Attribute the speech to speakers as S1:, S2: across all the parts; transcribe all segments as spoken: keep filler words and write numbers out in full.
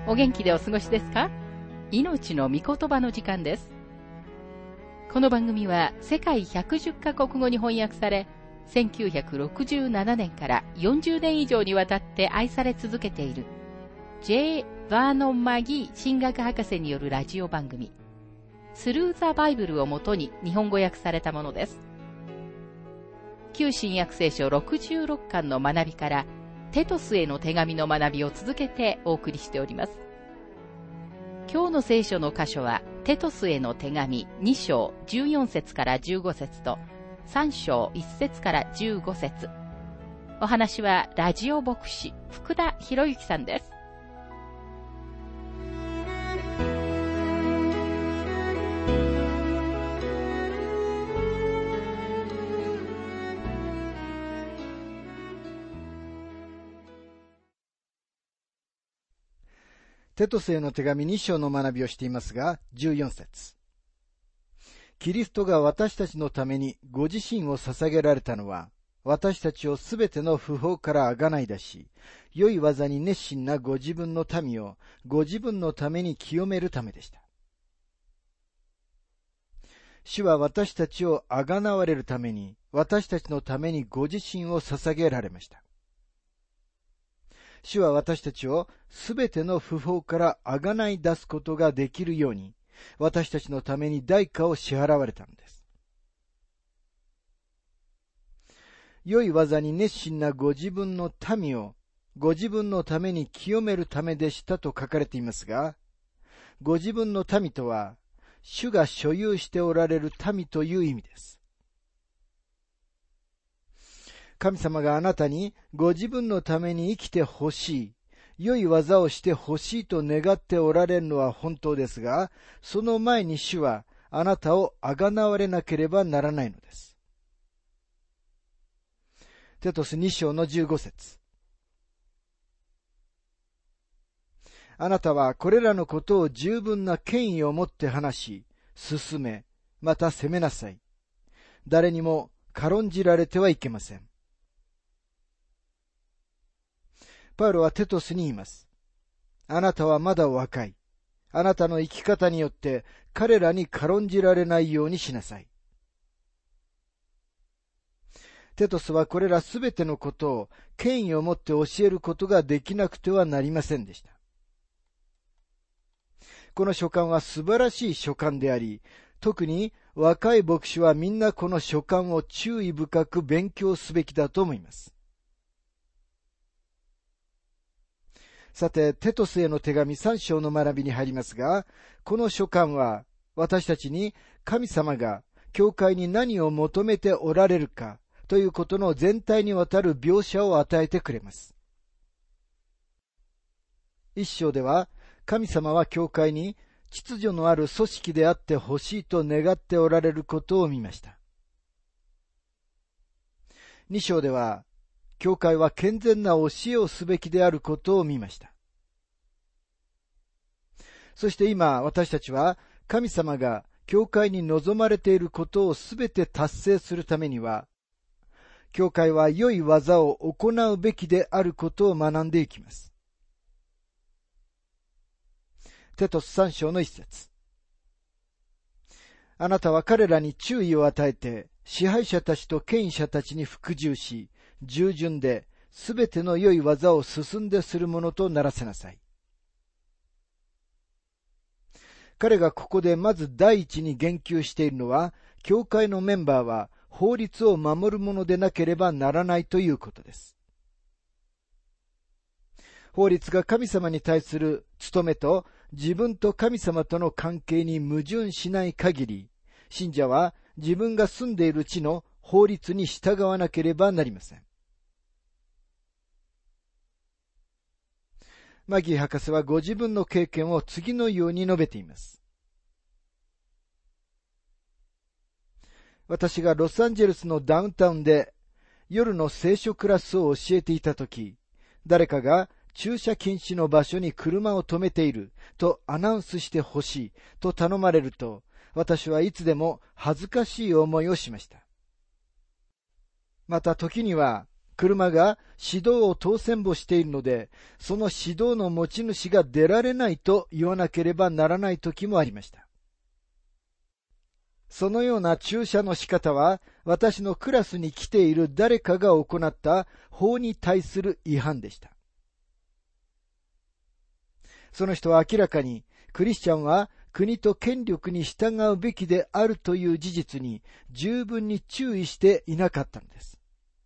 S1: お元気でお過ごしですか？命の御言葉の時間です。この番組は世界ひゃくじゅっカ国語に翻訳され、せんきゅうひゃくろくじゅうななねんからよんじゅうねん以上にわたって愛され続けている J. バーノン・マギー神学博士によるラジオ番組スルー・ザ・バイブルをもとに日本語訳されたものです。旧新約聖書ろくじゅうろっかんの学びからテトスへの手紙の学びを続けてお送りしております。今日の聖書の箇所はテトスへの手紙に章じゅうよん節からじゅうご節とさん章いち節からじゅうご節。お話はラジオ牧師福田博之さんです。
S2: テトスへの手紙に章の学びをしていますが、じゅうよん節。キリストが私たちのためにご自身を捧げられたのは、私たちをすべての不法からあがない出し、良い技に熱心なご自分の民をご自分のために清めるためでした。主は私たちをあがなわれるために、私たちのためにご自身を捧げられました。主は私たちをすべての不法からあがない出すことができるように、私たちのために代価を支払われたのです。良い技に熱心なご自分の民をご自分のために清めるためでしたと書かれていますが、ご自分の民とは、主が所有しておられる民という意味です。神様があなたにご自分のために生きてほしい、良い技をしてほしいと願っておられるのは本当ですが、その前に主はあなたをあがなわれなければならないのです。テトスに章のじゅうご節。あなたはこれらのことを十分な権威を持って話し、進め、また責めなさい。誰にも軽んじられてはいけません。パウロはテトスに言います。あなたはまだ若い。あなたの生き方によって彼らに軽んじられないようにしなさい。テトスはこれらすべてのことを権威を持って教えることができなくてはなりませんでした。この書簡は素晴らしい書簡であり、特に若い牧師はみんなこの書簡を注意深く勉強すべきだと思います。さて、テトスへの手紙さん章の学びに入りますが、この書簡は私たちに神様が教会に何を求めておられるかということの全体にわたる描写を与えてくれます。一章では、神様は教会に秩序のある組織であってほしいと願っておられることを見ました。二章では、教会は健全な教えをすべきであることを見ました。そして今、私たちは神様が教会に望まれていることをすべて達成するためには、教会は良い技を行うべきであることを学んでいきます。テトスさん章の一節。あなたは彼らに注意を与えて、支配者たちと権威者たちに服従し、従順で、すべての良い技を進んでするものとならせなさい。彼がここでまず第一に言及しているのは、教会のメンバーは法律を守るものでなければならないということです。法律が神様に対する務めと自分と神様との関係に矛盾しない限り、信者は自分が住んでいる地の法律に従わなければなりません。マギー博士はご自分の経験を次のように述べています。私がロサンゼルスのダウンタウンで夜の聖書クラスを教えていたとき、誰かが駐車禁止の場所に車を止めているとアナウンスしてほしいと頼まれると、私はいつでも恥ずかしい思いをしました。また時には車が指導を当選簿しているので、その指導の持ち主が出られないと言わなければならない時もありました。そのような駐車の仕方は、私のクラスに来ている誰かが行った法に対する違反でした。その人は明らかに、クリスチャンは国と権力に従うべきであるという事実に十分に注意していなかったのです。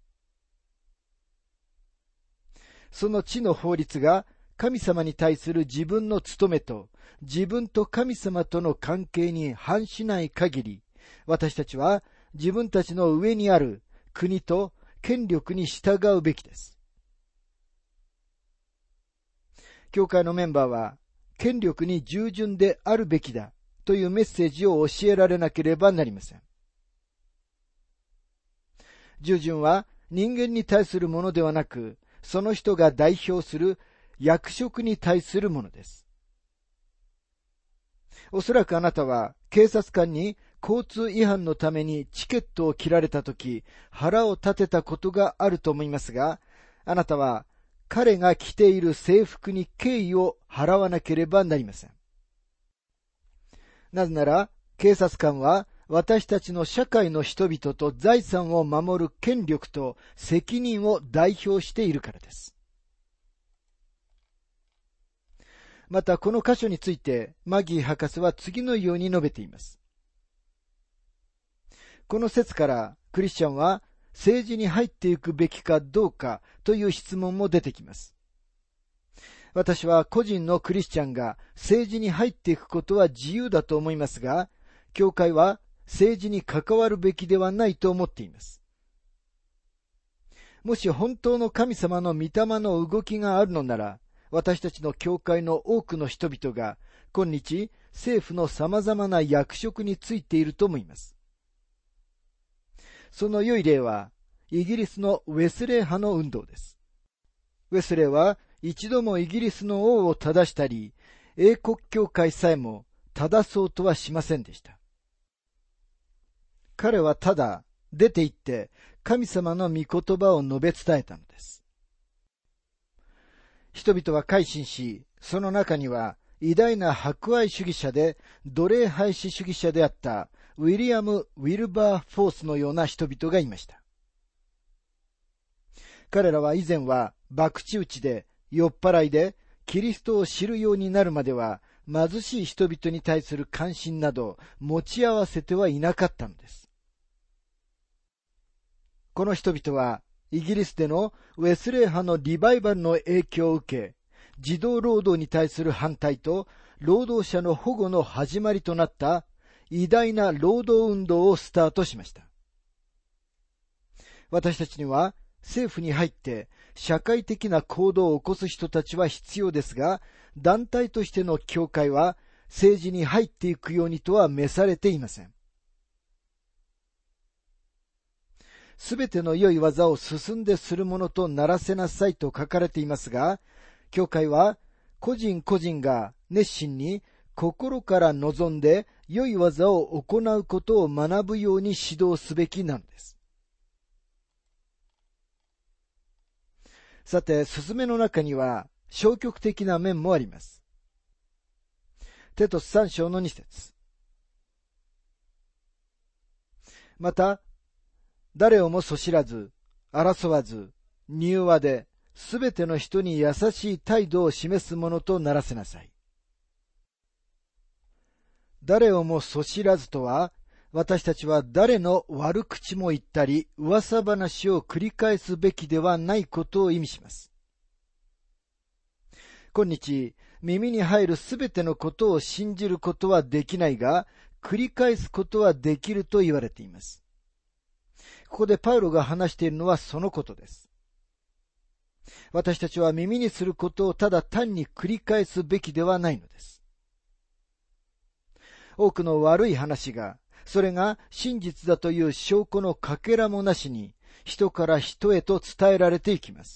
S2: その地の法律が神様に対する自分の務めと自分と神様との関係に反しない限り、私たちは自分たちの上にある国と権力に従うべきです。教会のメンバーは権力に従順であるべきだというメッセージを教えられなければなりません。従順は人間に対するものではなく、その人が代表する役職に対するものです。おそらくあなたは警察官に交通違反のためにチケットを切られたとき腹を立てたことがあると思いますが、あなたは彼が着ている制服に敬意を払わなければなりません。なぜなら、警察官は私たちの社会の人々と財産を守る権力と責任を代表しているからです。またこの箇所についてマギー博士は次のように述べています。この説からクリスチャンは政治に入っていくべきかどうかという質問も出てきます。私は個人のクリスチャンが政治に入っていくことは自由だと思いますが、教会は政治に関わるべきではないと思っています。もし本当の神様の御霊の動きがあるのなら、私たちの教会の多くの人々が今日政府の様々な役職についていると思います。その良い例はイギリスのウェスレー派の運動です。ウェスレーは一度もイギリスの王を正したり、英国教会さえも正そうとはしませんでした。彼はただ出て行って神様の御言葉を述べ伝えたのです。人々は改心し、その中には偉大な博愛主義者で奴隷廃止主義者であったウィリアム・ウィルバー・フォースのような人々がいました。彼らは以前は博打打ちで酔っ払いでキリストを知るようになるまでは貧しい人々に対する関心など持ち合わせてはいなかったのです。この人々はイギリスでのウェスレー派のリバイバルの影響を受け、児童労働に対する反対と労働者の保護の始まりとなった偉大な労働運動をスタートしました。私たちには政府に入って社会的な行動を起こす人たちは必要ですが、団体としての教会は政治に入っていくようにとは召されていません。すべての良い技を進んでするものとならせなさいと書かれていますが、教会は個人個人が熱心に心から望んで良い技を行うことを学ぶように指導すべきなのです。さて、勧めの中には消極的な面もあります。テトスさん章のに節。また、誰をもそしらず、争わず、柔和で、すべての人に優しい態度を示すものとならせなさい。誰をもそしらずとは、私たちは誰の悪口も言ったり、噂話を繰り返すべきではないことを意味します。今日、耳に入るすべてのことを信じることはできないが、繰り返すことはできると言われています。ここでパウロが話しているのはそのことです。私たちは耳にすることをただ単に繰り返すべきではないのです。多くの悪い話が、それが真実だという証拠のかけらもなしに、人から人へと伝えられていきます。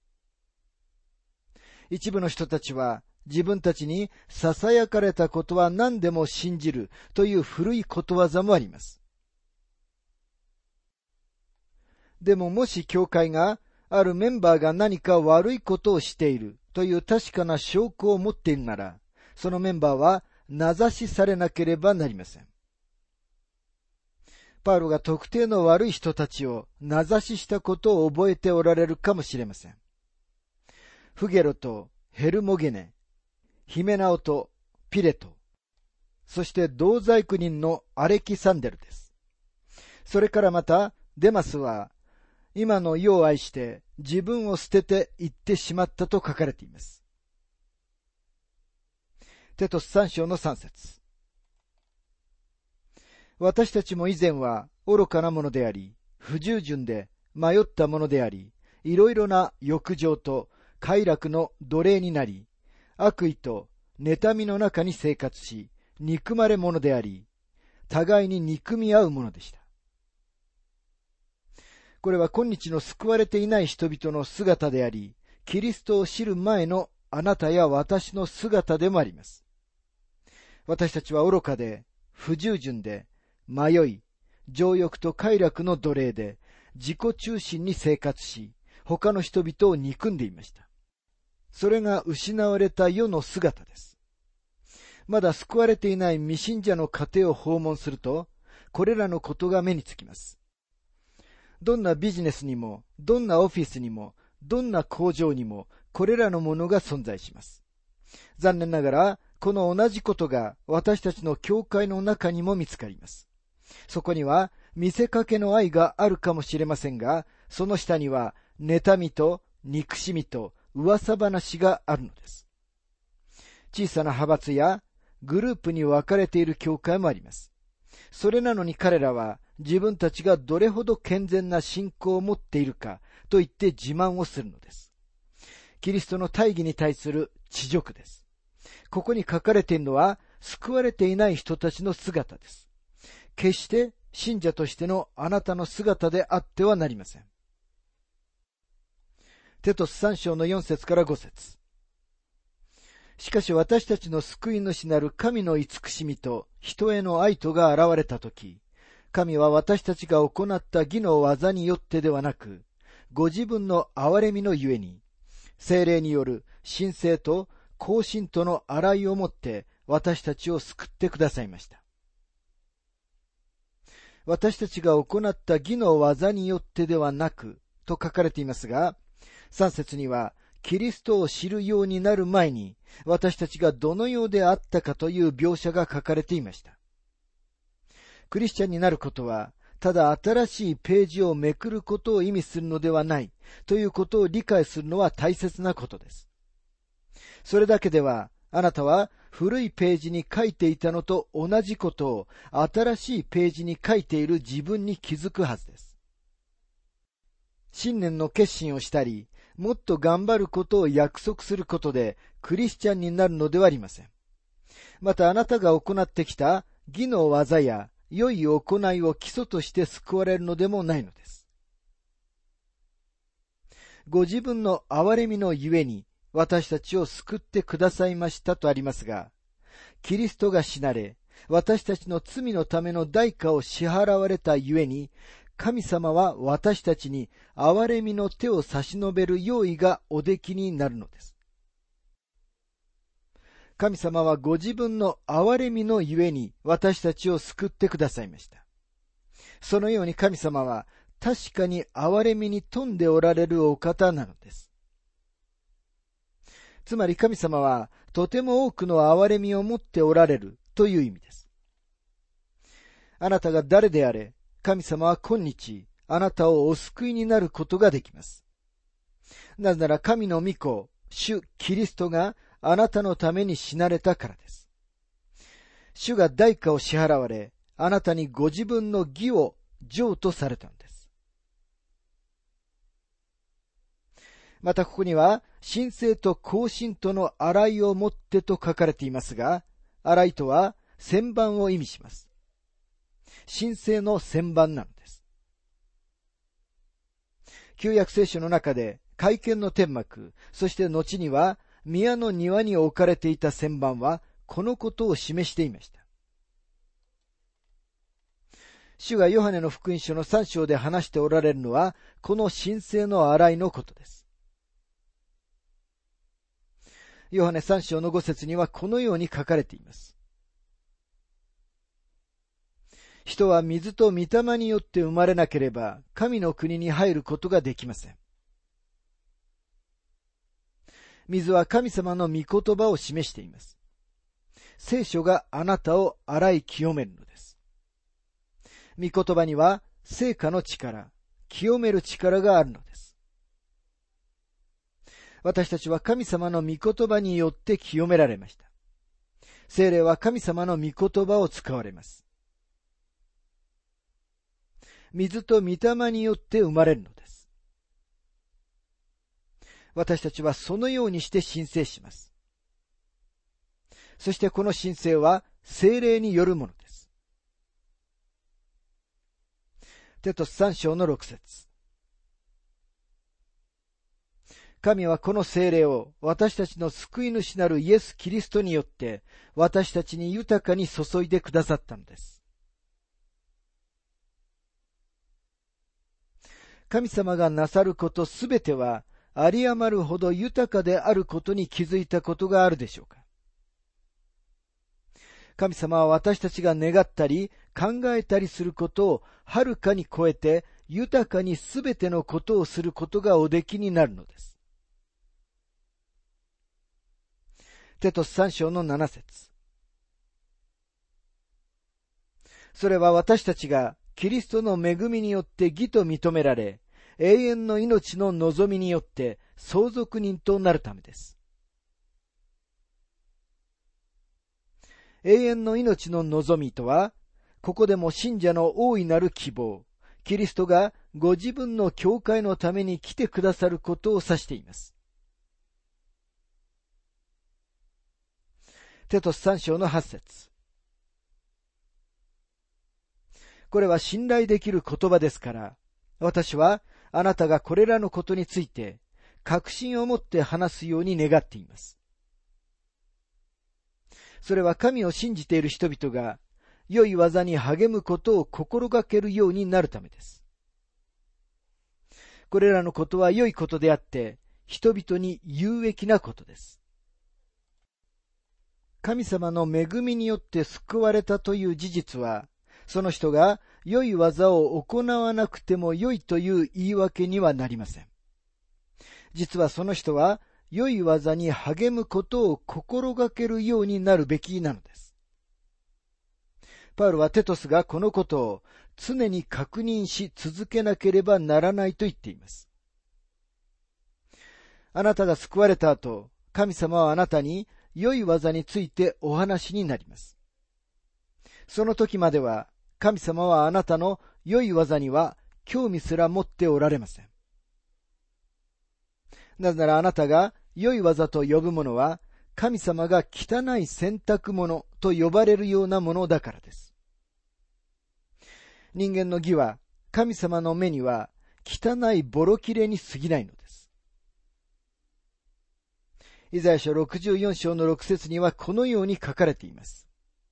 S2: 一部の人たちは、自分たちに囁かれたことは何でも信じるという古いことわざもあります。 でももし教会があるメンバーが何か悪いことをしているという確かな証拠を持っているなら、そのメンバーは名指しされなければなりません。パウロが特定の悪い人たちを名指ししたことを覚えておられるかもしれません。フゲロとヘルモゲネ、ヒメナオとピレト、そして同罪苦人のアレキサンデルです。それからまたデマスは今の世を愛して自分を捨てて行ってしまったと書かれています。テトスさん章のさん節。私たちも以前は愚かなものであり、不従順で迷ったものであり、いろいろな欲情と快楽の奴隷になり、悪意と妬みの中に生活し、憎まれ者であり、互いに憎み合うものでした。これは今日の救われていない人々の姿であり、キリストを知る前のあなたや私の姿でもあります。私たちは愚かで、不従順で、迷い、情欲と快楽の奴隷で、自己中心に生活し、他の人々を憎んでいました。それが失われた世の姿です。まだ救われていない未信者の家庭を訪問すると、これらのことが目につきます。どんなビジネスにも、どんなオフィスにも、どんな工場にも、これらのものが存在します。残念ながら、この同じことが私たちの教会の中にも見つかります。そこには見せかけの愛があるかもしれませんが、その下には妬みと憎しみと噂話があるのです。小さな派閥やグループに分かれている教会もあります。それなのに彼らは自分たちがどれほど健全な信仰を持っているかと言って自慢をするのです。キリストの大義に対する恥辱です。ここに書かれているのは救われていない人たちの姿です。決して信者としてのあなたの姿であってはなりません。テトスさん章のよん節からご節。しかし私たちの救い主なる神の慈しみと人への愛とが現れたとき、神は私たちが行った義の技によってではなく、ご自分の憐れみのゆえに、聖霊による神聖と行進との洗いをもって私たちを救ってくださいました。私たちが行った義の技によってではなくと書かれていますが、さん節にはキリストを知るようになる前に私たちがどのようであったかという描写が書かれていました。クリスチャンになることはただ新しいページをめくることを意味するのではないということを理解するのは大切なことです。それだけではあなたは古いページに書いていたのと同じことを新しいページに書いている自分に気づくはずです。信念の決心をしたり、もっと頑張ることを約束することでクリスチャンになるのではありません。またあなたが行ってきた義の技や良い行いを基礎として救われるのでもないのです。ご自分の憐れみのゆえに私たちを救ってくださいましたとありますが、キリストが死なれ、私たちの罪のための代価を支払われたゆえに、神様は私たちに憐れみの手を差し伸べる用意がおできになるのです。神様はご自分の憐れみのゆえに私たちを救ってくださいました。そのように神様は確かに憐れみに富んでおられるお方なのです。つまり神様はとても多くの憐れみを持っておられるという意味です。あなたが誰であれ、神様は今日あなたをお救いになることができます。なぜなら神の御子、主キリストがあなたのために死なれたからです。主が代価を支払われ、あなたにご自分の義を譲渡されたのです。またここには、神聖と行進との洗いをもってと書かれていますが、洗いとは洗版を意味します。神聖の洗版なのです。旧約聖書の中で、会見の天幕、そして後には、宮の庭に置かれていた洗版は、このことを示していました。 主がヨハネの福音書のさん章で話しておられるのは、この神聖の洗いのことです。ヨハネさん章のご節にはこのように書かれています。人は水と御霊によって生まれなければ、神の国に入ることができません。水は神様の御言葉を示しています。聖書があなたを洗い清めるのです。御言葉には聖化の力、清める力があるのです。私たちは神様の御言葉によって清められました。聖霊は神様の御言葉を使われます。水と御霊によって生まれるのです。私たちはそのようにして申請します。そしてこの申請は聖霊によるものです。テトスさん章のろく節。神はこの聖霊を私たちの救い主なるイエス・キリストによって私たちに豊かに注いでくださったのです。神様がなさることすべては有り余るほど豊かであることに気づいたことがあるでしょうか。神様は私たちが願ったり考えたりすることをはるかに超えて豊かにすべてのことをすることがおできになるのです。テトスさん章のなな節。それは私たちがキリストの恵みによって義と認められ、永遠の命の望みによって相続人となるためです。永遠の命の望みとは、ここでも信者の大いなる希望、キリストがご自分の教会のために来てくださることを指しています。テトスさん章のはち節。これは信頼できる言葉ですから、私はあなたがこれらのことについて確信を持って話すように願っています。それは神を信じている人々が良い技に励むことを心がけるようになるためです。これらのことは良いことであって、人々に有益なことです。神様の恵みによって救われたという事実は、その人が良い技を行わなくても良いという言い訳にはなりません。実はその人は良い技に励むことを心がけるようになるべきなのです。パウロはテトスがこのことを常に確認し続けなければならないと言っています。あなたが救われた後、神様はあなたに良い技についてお話になります。その時までは神様はあなたの良い技には興味すら持っておられません。なぜならあなたが良い技と呼ぶものは神様が汚い洗濯物と呼ばれるようなものだからです。人間の義は神様の目には汚いボロ切れに過ぎないのです。イザヤ書ろくじゅうよん章のろく節にはこのように書かれています。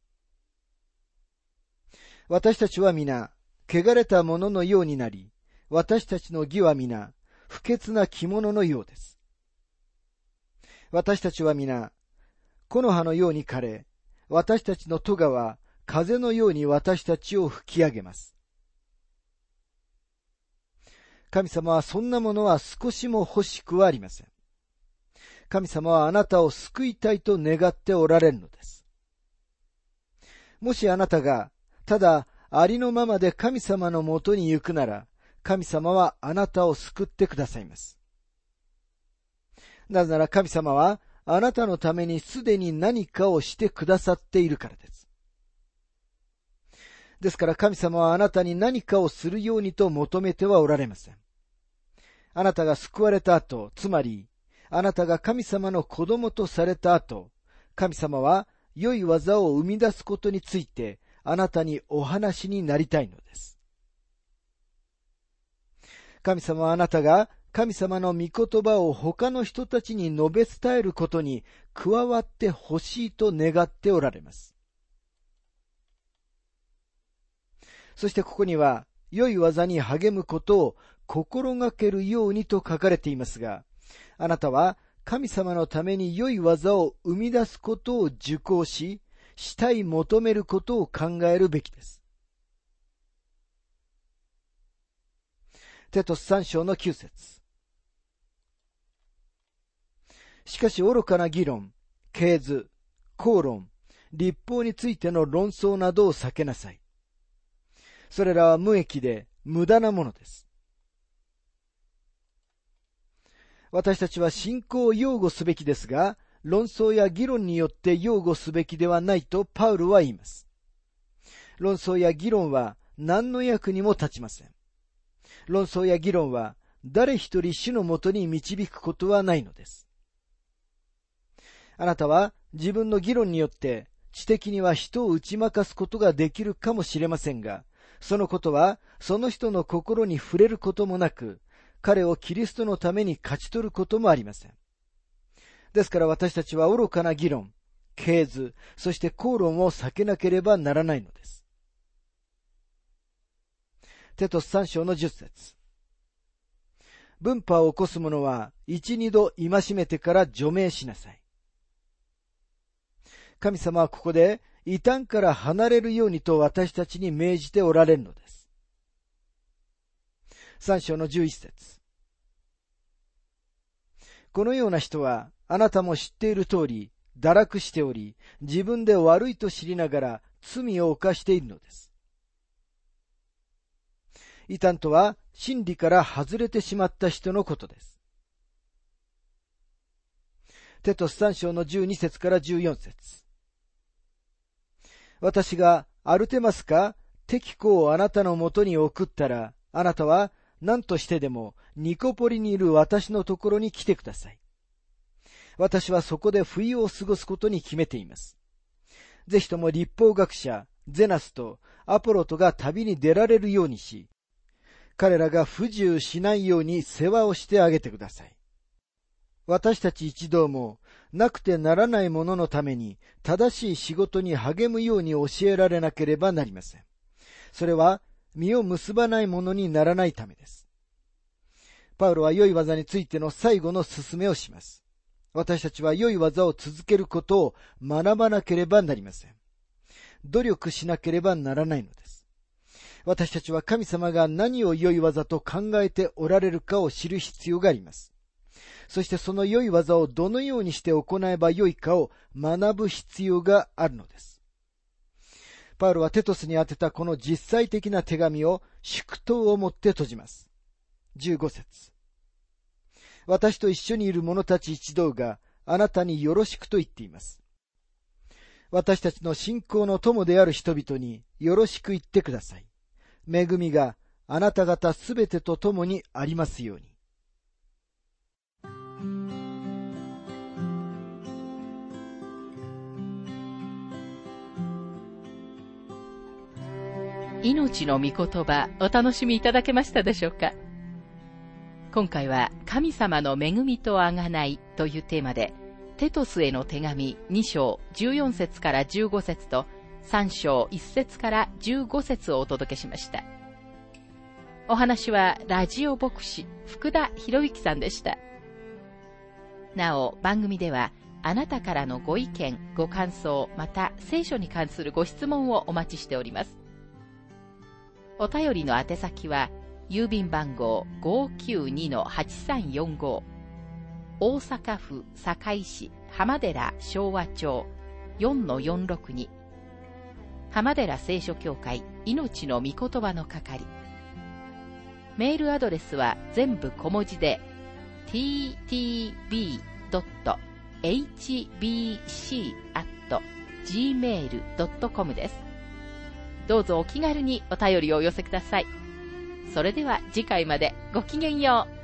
S2: 私たちは皆、汚れたもののようになり、私たちの義は皆、不潔な着物のようです。私たちは皆、木の葉のように枯れ、私たちの咎は風のように私たちを吹き上げます。神様はそんなものは少しも欲しくはありません。神様はあなたを救いたいと願っておられるのです。もしあなたがただありのままで神様のもとに行くなら、神様はあなたを救ってくださいます。なぜなら神様はあなたのためにすでに何かをしてくださっているからです。ですから神様はあなたに何かをするようにと求めてはおられません。あなたが救われた後、つまりあなたが神様の子供とされた後、神様は良い技を生み出すことについてあなたにお話になりたいのです。神様はあなたが神様の御言葉を他の人たちに述べ伝えることに加わってほしいと願っておられます。 そしてここには、良い技に励むことを心がけるようにと書かれていますが、あなたは神様のために良い技を生み出すことを受講し、したい求めることを考えるべきです。テトスさん章のきゅう節。しかし愚かな議論、系図、口論、律法についての論争などを避けなさい。それらは無益で無駄なものです。私たちは信仰を擁護すべきですが、論争や議論によって擁護すべきではないとパウロは言います。論争や議論は何の役にも立ちません。論争や議論は誰一人主のもとに導くことはないのです。あなたは自分の議論によって知的には人を打ち負かすことができるかもしれませんが、そのことはその人の心に触れることもなく、彼をキリストのために勝ち取ることもありません。ですから私たちは愚かな議論、系図、そして口論を避けなければならないのです。テトスさん章のじゅっ節。分派を起こす者は一二度戒めてから除名しなさい。神様はここで異端から離れるようにと私たちに命じておられるのです。さん章のじゅういち節。このような人はあなたも知っている通り堕落しており、自分で悪いと知りながら罪を犯しているのです。異端とは真理から外れてしまった人のことです。テトスさん章のじゅうに節からじゅうよん節。私がアルテマスかテキコをあなたのもとに送ったら、あなたは何としてでもニコポリにいる私のところに来てください。私はそこで冬を過ごすことに決めています。ぜひとも律法学者ゼナスとアポロトが旅に出られるようにし、彼らが不自由しないように世話をしてあげてください。私たち一同もなくてならないもののために正しい仕事に励むように教えられなければなりません。それは実を結ばないものにならないためです。パウロは良い技についての最後の勧めをします。私たちは良い技を続けることを学ばなければなりません。努力しなければならないのです。私たちは神様が何を良い技と考えておられるかを知る必要があります。そしてその良い技をどのようにして行えば良いかを学ぶ必要があるのです。パウロはテトスに宛てたこの実際的な手紙を祝祷をもって閉じます。じゅうご節。私と一緒にいる者たち一同があなたによろしくと言っています。私たちの信仰の友である人々によろしく言ってください。恵みがあなた方すべてと共にありますように。
S1: 命の御言葉、お楽しみいただけましたでしょうか。今回は神様の恵みと贖いというテーマで、テトスへの手紙に章じゅうよん節からじゅうご節とさん章いち節からじゅうご節をお届けしました。お話はラジオ牧師福田博之さんでした。なお番組ではあなたからのご意見、ご感想、また聖書に関するご質問をお待ちしております。お便りの宛先は郵便番号 ごーきゅうにのはちさんよんご、大阪府堺市浜寺昭和町 よんのよんろくに、浜寺聖書協会命の御言葉の係。メールアドレスは全部小文字で ティーティービードットエイチビーシーアットジーメールドットコム です。どうぞお気軽にお便りをお寄せください。それでは次回までごきげんよう。